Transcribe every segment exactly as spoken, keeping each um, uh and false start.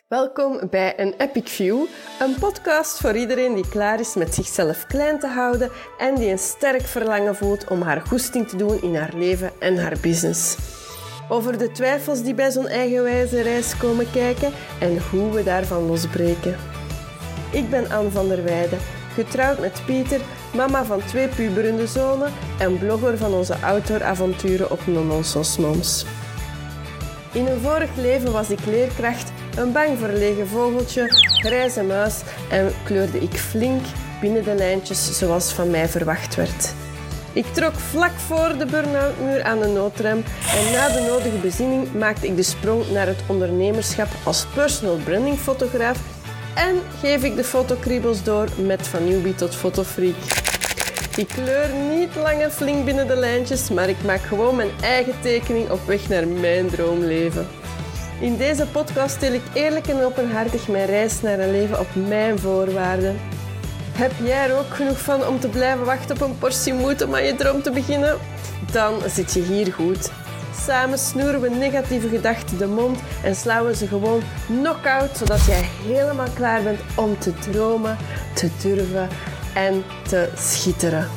Welkom bij een Epic View, een podcast voor iedereen die klaar is met zichzelf klein te houden en die een sterk verlangen voelt om haar goesting te doen in haar leven en haar business. Over de twijfels die bij zo'n eigenwijze reis komen kijken en hoe we daarvan losbreken. Ik ben Anne van der Weijden, getrouwd met Pieter, mama van twee puberende zonen en blogger van onze outdooravonturen op Non-Nonsense Moms. In een vorig leven was ik leerkracht, een bang verlegen vogeltje, grijze muis en kleurde ik flink binnen de lijntjes zoals van mij verwacht werd. Ik trok vlak voor de burn-out-muur aan de noodrem en na de nodige bezinning maakte ik de sprong naar het ondernemerschap als personal branding fotograaf en geef ik de fotokriebels door met van newbie tot fotofreak. Ik kleur niet lang en flink binnen de lijntjes, maar ik maak gewoon mijn eigen tekening op weg naar mijn droomleven. In deze podcast deel ik eerlijk en openhartig mijn reis naar een leven op mijn voorwaarden. Heb jij er ook genoeg van om te blijven wachten op een portie moed om aan je droom te beginnen? Dan zit je hier goed. Samen snoeren we negatieve gedachten de mond en slaan we ze gewoon knock-out, zodat jij helemaal klaar bent om te dromen, te durven en te schitteren.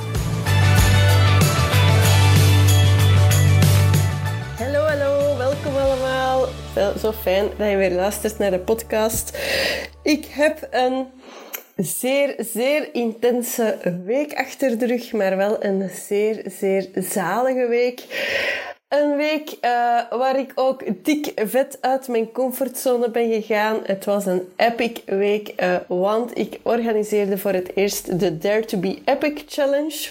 Hallo, hallo, welkom allemaal. Zo fijn dat je weer luistert naar de podcast. Ik heb een zeer, zeer intense week achter de rug, maar wel een zeer, zeer zalige week. Een week uh, waar ik ook dik vet uit mijn comfortzone ben gegaan. Het was een epic week, uh, want ik organiseerde voor het eerst de Dare to be Epic Challenge.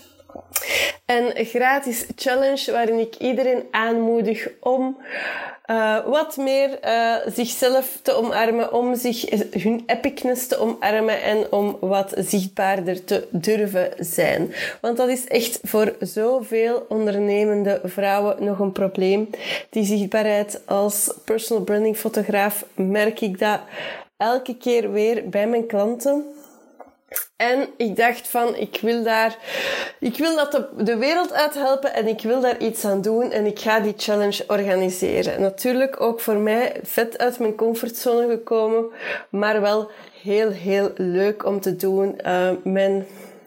Een gratis challenge waarin ik iedereen aanmoedig om uh, wat meer uh, zichzelf te omarmen, om zich, hun epicness te omarmen en om wat zichtbaarder te durven zijn. Want dat is echt voor zoveel ondernemende vrouwen nog een probleem. Die zichtbaarheid als personal branding fotograaf merk ik dat elke keer weer bij mijn klanten. En ik dacht van, ik wil daar, ik wil dat de, de wereld uithelpen en ik wil daar iets aan doen en ik ga die challenge organiseren. Natuurlijk ook voor mij vet uit mijn comfortzone gekomen, maar wel heel, heel leuk om te doen. Uh, mijn,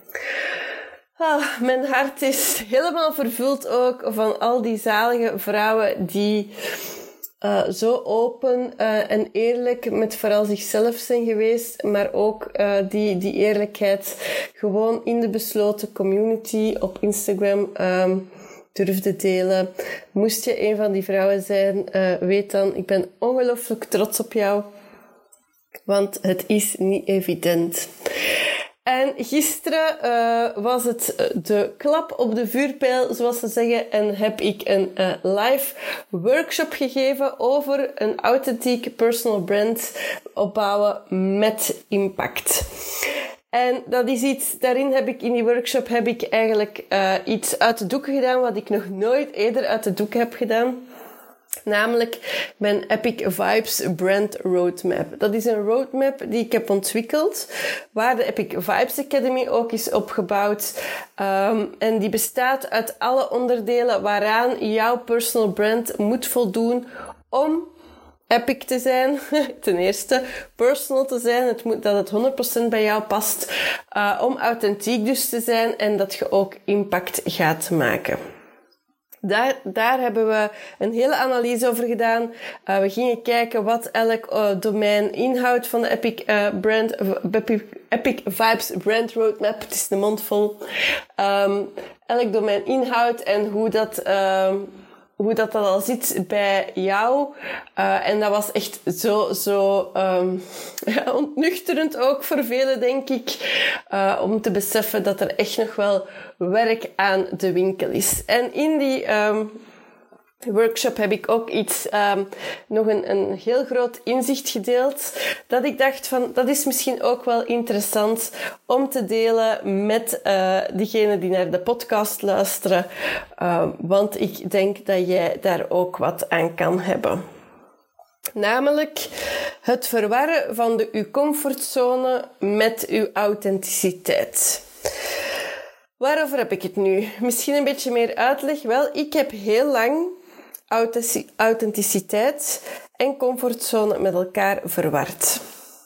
ah, mijn hart is helemaal vervuld ook van al die zalige vrouwen die Uh, zo open uh, en eerlijk met vooral zichzelf zijn geweest, maar ook uh, die, die eerlijkheid gewoon in de besloten community op Instagram um, durfde delen. Moest je een van die vrouwen zijn, uh, weet dan, ik ben ongelooflijk trots op jou, want het is niet evident. En gisteren uh, was het de klap op de vuurpijl, zoals ze zeggen, en heb ik een uh, live workshop gegeven over een authentieke personal brand opbouwen met impact. En dat is iets, daarin heb ik, in die workshop heb ik eigenlijk uh, iets uit de doeken gedaan wat ik nog nooit eerder uit de doeken heb gedaan. Namelijk mijn Epic Vibes Brand Roadmap. Dat is een roadmap die ik heb ontwikkeld, waar de Epic Vibes Academy ook is opgebouwd. Um, en die bestaat uit alle onderdelen waaraan jouw personal brand moet voldoen om epic te zijn. Ten eerste, personal te zijn. Het moet dat het honderd procent bij jou past. Uh, om authentiek dus te zijn en dat je ook impact gaat maken. Daar, daar hebben we een hele analyse over gedaan. Uh, we gingen kijken wat elk uh, domein inhoudt van de Epic, uh, brand, Epic, Epic Vibes Brand Roadmap. Het is de mond vol. Um, elk domein inhoudt en hoe dat, uh, hoe dat, dat al zit bij jou. Uh, en dat was echt zo, zo um, ja, ontnuchterend ook voor velen, denk ik. Uh, om te beseffen dat er echt nog wel werk aan de winkel is. En in die um, workshop heb ik ook iets, um, nog een, een heel groot inzicht gedeeld. Dat ik dacht van, dat is misschien ook wel interessant om te delen met uh, diegenen die naar de podcast luisteren. Uh, want ik denk dat jij daar ook wat aan kan hebben. Namelijk het verwarren van de uw comfortzone met uw authenticiteit. Waarover heb ik het nu? Misschien een beetje meer uitleg. Wel, ik heb heel lang authenticiteit en comfortzone met elkaar verward.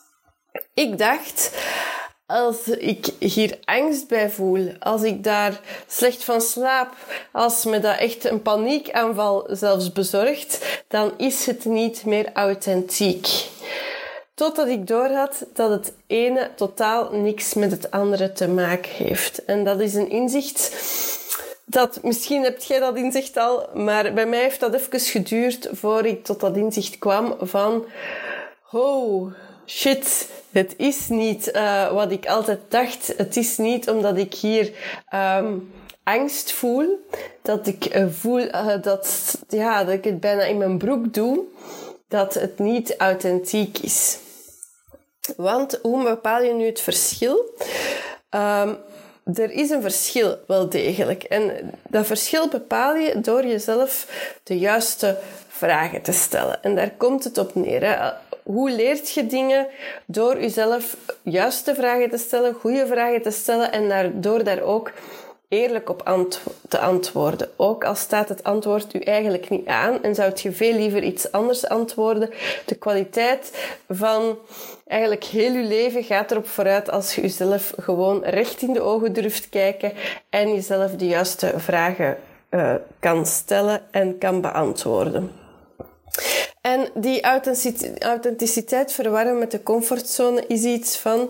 Ik dacht, als ik hier angst bij voel, als ik daar slecht van slaap, als me dat echt een paniekaanval zelfs bezorgt, dan is het niet meer authentiek. Totdat ik doorhad dat het ene totaal niks met het andere te maken heeft. En dat is een inzicht dat, misschien hebt jij dat inzicht al, maar bij mij heeft dat even geduurd voor ik tot dat inzicht kwam van, oh, shit, het is niet uh, wat ik altijd dacht. Het is niet omdat ik hier um, angst voel, dat ik uh, voel uh, dat, ja, dat ik het bijna in mijn broek doe, dat het niet authentiek is. Want hoe bepaal je nu het verschil? Um, er is een verschil, wel degelijk. En dat verschil bepaal je door jezelf de juiste vragen te stellen. En daar komt het op neer. Hè? Hoe leert je dingen? Door jezelf juiste vragen te stellen, goede vragen te stellen en daardoor daar ook eerlijk op ant- te antwoorden. Ook al staat het antwoord u eigenlijk niet aan en zou je veel liever iets anders antwoorden. De kwaliteit van eigenlijk heel je leven gaat erop vooruit als je jezelf gewoon recht in de ogen durft kijken en jezelf de juiste vragen uh, kan stellen en kan beantwoorden. En die authenticiteit verwarren met de comfortzone is iets van,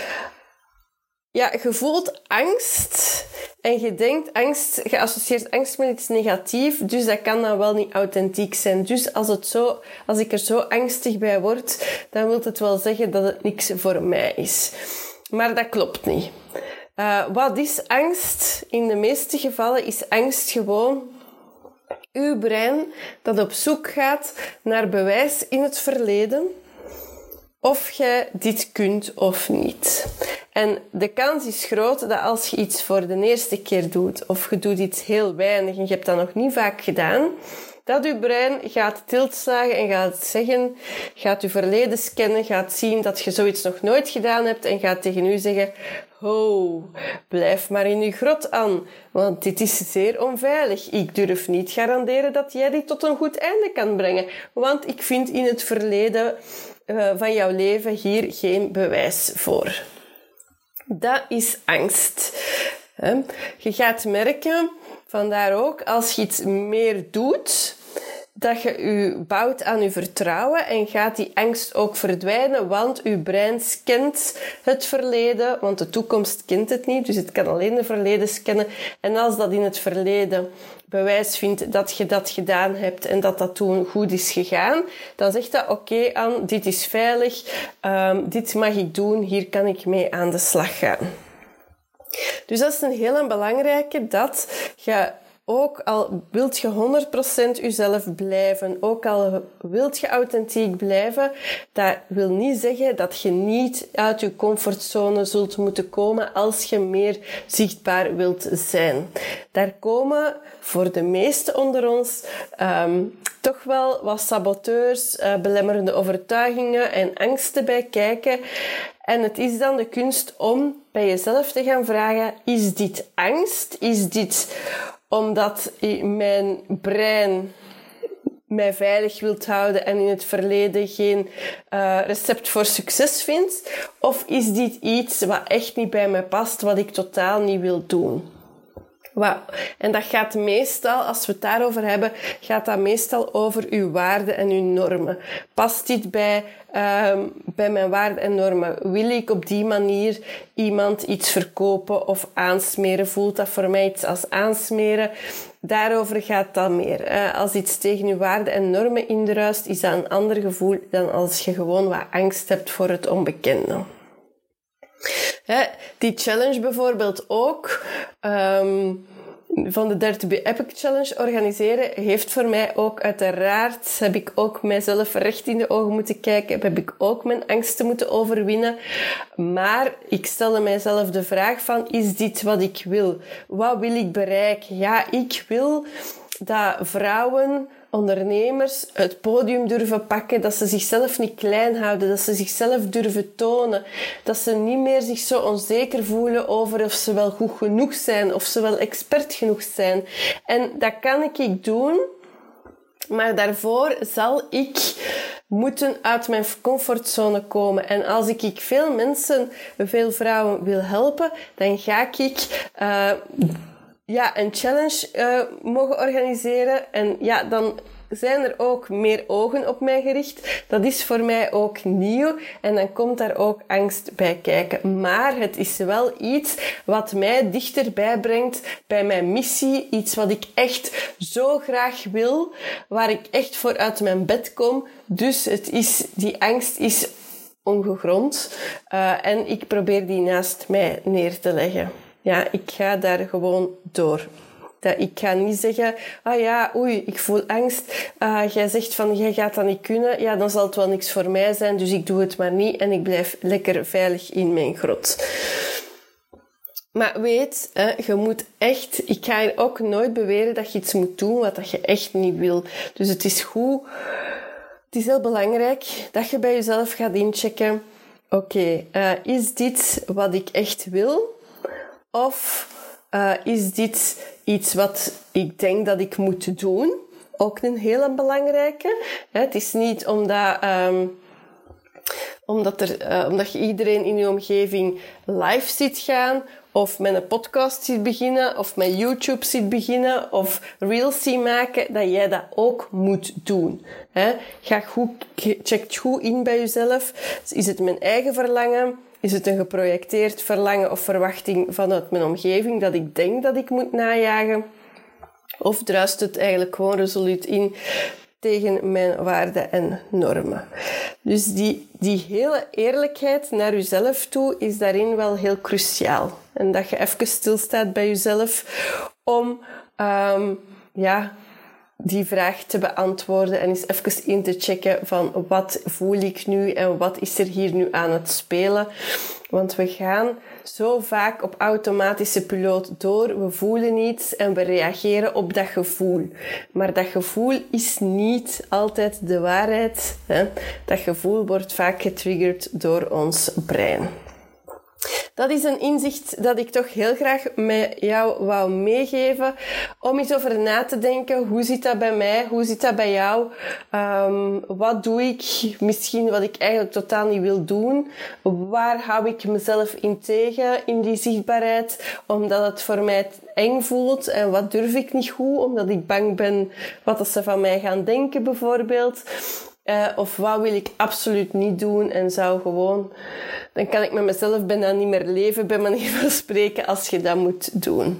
ja, je voelt angst en je denkt angst, je associeert angst met iets negatiefs, dus dat kan dan wel niet authentiek zijn. Dus als, het zo, als ik er zo angstig bij word, dan wil het wel zeggen dat het niks voor mij is. Maar dat klopt niet. Uh, wat is angst? In de meeste gevallen is angst gewoon uw brein dat op zoek gaat naar bewijs in het verleden of jij dit kunt of niet. En de kans is groot dat als je iets voor de eerste keer doet, of je doet iets heel weinig en je hebt dat nog niet vaak gedaan, dat je brein gaat tiltslagen en gaat zeggen, gaat je verleden scannen, gaat zien dat je zoiets nog nooit gedaan hebt en gaat tegen u zeggen, ho, blijf maar in je grot aan, want dit is zeer onveilig. Ik durf niet garanderen dat jij dit tot een goed einde kan brengen, want ik vind in het verleden uh, van jouw leven hier geen bewijs voor. Dat is angst. Je gaat merken, vandaar ook, als je iets meer doet, dat je je bouwt aan je vertrouwen en gaat die angst ook verdwijnen, want je brein scant het verleden, want de toekomst kent het niet, dus het kan alleen het verleden scannen. En als dat in het verleden bewijs vindt dat je dat gedaan hebt en dat dat toen goed is gegaan, dan zegt dat, oké, okay, Anne, dit is veilig, um, dit mag ik doen, hier kan ik mee aan de slag gaan. Dus dat is een heel belangrijke, dat je ook al wilt je honderd procent jezelf blijven, ook al wilt je authentiek blijven, dat wil niet zeggen dat je niet uit je comfortzone zult moeten komen als je meer zichtbaar wilt zijn. Daar komen voor de meesten onder ons um, toch wel wat saboteurs, uh, belemmerende overtuigingen en angsten bij kijken. En het is dan de kunst om bij jezelf te gaan vragen, is dit angst? Is dit omdat mijn brein mij veilig wilt houden en in het verleden geen uh, recept voor succes vindt? Of is dit iets wat echt niet bij mij past, wat ik totaal niet wil doen? Wow. En dat gaat meestal, als we het daarover hebben, gaat dat meestal over uw waarden en uw normen. Past dit bij, um, bij mijn waarden en normen? Wil ik op die manier iemand iets verkopen of aansmeren? Voelt dat voor mij iets als aansmeren? Daarover gaat dat meer. Uh, als iets tegen uw waarden en normen indruist, is dat een ander gevoel dan als je gewoon wat angst hebt voor het onbekende. Hè, die challenge bijvoorbeeld ook, um, van de Dare to be Epic Challenge organiseren, heeft voor mij ook uiteraard, heb ik ook mijzelf recht in de ogen moeten kijken, heb ik ook mijn angsten moeten overwinnen. Maar ik stelde mijzelf de vraag van, is dit wat ik wil? Wat wil ik bereiken? Ja, ik wil dat vrouwen, ondernemers het podium durven pakken, dat ze zichzelf niet klein houden, dat ze zichzelf durven tonen, dat ze niet meer zich zo onzeker voelen over of ze wel goed genoeg zijn, of ze wel expert genoeg zijn. En dat kan ik doen Maar daarvoor zal ik moeten uit mijn comfortzone komen. En als ik, ik veel mensen, veel vrouwen wil helpen, dan ga ik uh, ja, een challenge uh, mogen organiseren. En ja, dan zijn er ook meer ogen op mij gericht. Dat is voor mij ook nieuw en dan komt daar ook angst bij kijken. Maar het is wel iets wat mij dichterbij brengt bij mijn missie. Iets wat ik echt zo graag wil, waar ik echt voor uit mijn bed kom. Dus het is, die angst is ongegrond uh, en ik probeer die naast mij neer te leggen. Ja, ik ga daar gewoon door. Dat ik ga niet zeggen, ah ja, oei, ik voel angst. Uh, jij zegt van, jij gaat dat niet kunnen. Ja, dan zal het wel niks voor mij zijn, dus ik doe het maar niet. En ik blijf lekker veilig in mijn grot. Maar weet, hè, je moet echt... Ik ga hier ook nooit beweren dat je iets moet doen wat dat je echt niet wil. Dus het is goed... Het is heel belangrijk dat je bij jezelf gaat inchecken. Oké, okay, uh, is dit wat ik echt wil? Of... Uh, is dit iets wat ik denk dat ik moet doen? Ook een hele belangrijke. Het is niet omdat, um, omdat, er, uh, omdat je iedereen in je omgeving live ziet gaan, of met een podcast ziet beginnen, of met YouTube ziet beginnen, of reels ziet maken, dat jij dat ook moet doen. Ga goed, check goed in bij jezelf. Is het mijn eigen verlangen? Is het een geprojecteerd verlangen of verwachting vanuit mijn omgeving dat ik denk dat ik moet najagen? Of druist het eigenlijk gewoon resoluut in tegen mijn waarden en normen? Dus die, die hele eerlijkheid naar jezelf toe is daarin wel heel cruciaal. En dat je even stilstaat bij jezelf om um, ja, die vraag te beantwoorden en eens even in te checken van wat voel ik nu en wat is er hier nu aan het spelen. Want we gaan zo vaak op automatische piloot door. We voelen iets en we reageren op dat gevoel. Maar dat gevoel is niet altijd de waarheid. Hè? Dat gevoel wordt vaak getriggerd door ons brein. Dat is een inzicht dat ik toch heel graag met jou wou meegeven. Om eens over na te denken. Hoe zit dat bij mij? Hoe zit dat bij jou? Um, wat doe ik misschien wat ik eigenlijk totaal niet wil doen? Waar hou ik mezelf in tegen in die zichtbaarheid? Omdat het voor mij eng voelt. En wat durf ik niet goed? Omdat ik bang ben wat ze van mij gaan denken bijvoorbeeld. Uh, of wat wil ik absoluut niet doen en zou gewoon... Dan kan ik met mezelf bijna niet meer leven, bij manier van spreken, als je dat moet doen.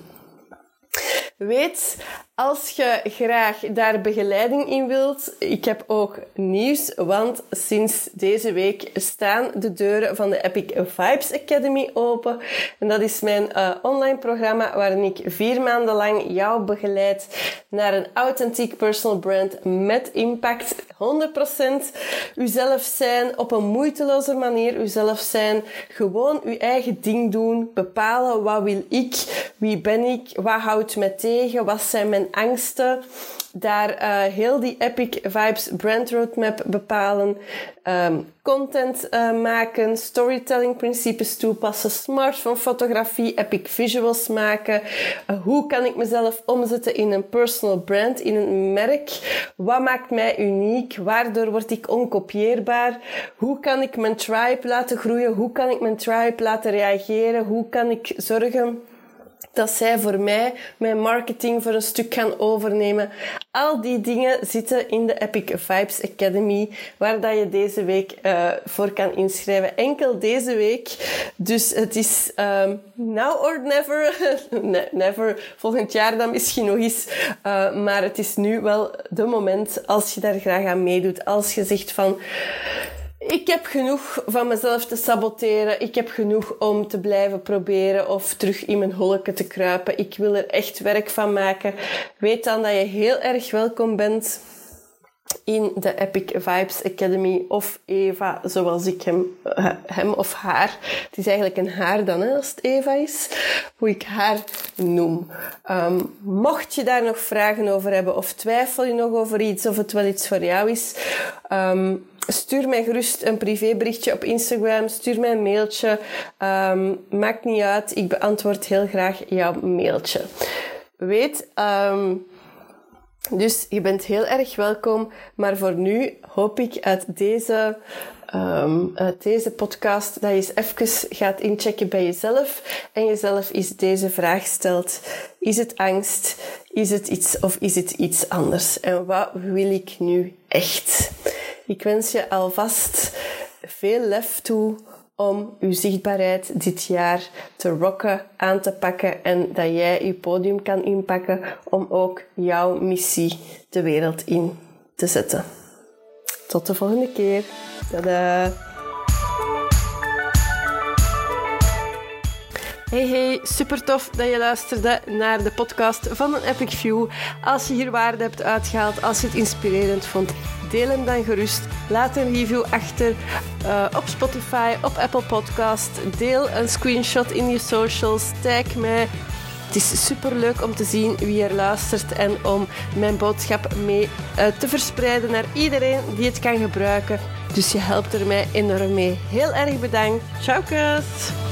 Weet, als je graag daar begeleiding in wilt, ik heb ook nieuws, want sinds deze week staan de deuren van de Epic Vibes Academy open. En dat is mijn uh, online programma waarin ik vier maanden lang jou begeleid naar een authentiek personal brand met impact. honderd procent uzelf zijn op een moeiteloze manier, uzelf zijn, gewoon uw eigen ding doen, bepalen wat wil ik, wie ben ik, wat houdt mij tegen, wat zijn mijn angsten, daar uh, heel die Epic Vibes brand roadmap bepalen, um, content uh, maken, storytelling principes toepassen, smartphone fotografie, epic visuals maken. Uh, hoe kan ik mezelf omzetten in een personal brand, in een merk? Wat maakt mij uniek? Waardoor word ik onkopieerbaar? Hoe kan ik mijn tribe laten groeien? Hoe kan ik mijn tribe laten reageren? Hoe kan ik zorgen dat zij voor mij mijn marketing voor een stuk gaan overnemen? Al die dingen zitten in de Epic Vibes Academy, waar dat je deze week uh, voor kan inschrijven. Enkel deze week. Dus het is um, now or never. Never. Volgend jaar dan misschien nog eens. Uh, maar het is nu wel de moment als je daar graag aan meedoet. Als je zegt van... Ik heb genoeg van mezelf te saboteren. Ik heb genoeg om te blijven proberen of terug in mijn holleke te kruipen. Ik wil er echt werk van maken. Weet dan dat je heel erg welkom bent in de Epic Vibes Academy of Eva, zoals ik hem, hem of haar. Het is eigenlijk een haar dan, hè, als het Eva is. Hoe ik haar noem. Um, mocht je daar nog vragen over hebben of twijfel je nog over iets of het wel iets voor jou is... Um, Stuur mij gerust een privéberichtje op Instagram. Stuur mij een mailtje. Um, maakt niet uit. Ik beantwoord heel graag jouw mailtje. Weet, um, Dus je bent heel erg welkom. Maar voor nu hoop ik uit deze, um, uit deze podcast dat je eens even gaat inchecken bij jezelf. En jezelf eens deze vraag stelt. Is het angst? Is het iets of is het iets anders? En wat wil ik nu echt? Ik wens je alvast veel lef toe om je zichtbaarheid dit jaar te rocken, aan te pakken en dat jij je podium kan inpakken om ook jouw missie de wereld in te zetten. Tot de volgende keer. Tada! Hey hey, super tof dat je luisterde naar de podcast van een Epic View. Als je hier waarde hebt uitgehaald, als je het inspirerend vond, deel hem dan gerust. Laat een review achter uh, op Spotify, op Apple Podcast. Deel een screenshot in je socials, tag mij. Het is super leuk om te zien wie er luistert en om mijn boodschap mee uh, te verspreiden naar iedereen die het kan gebruiken. Dus je helpt er mij enorm mee. Heel erg bedankt. Ciao, kus!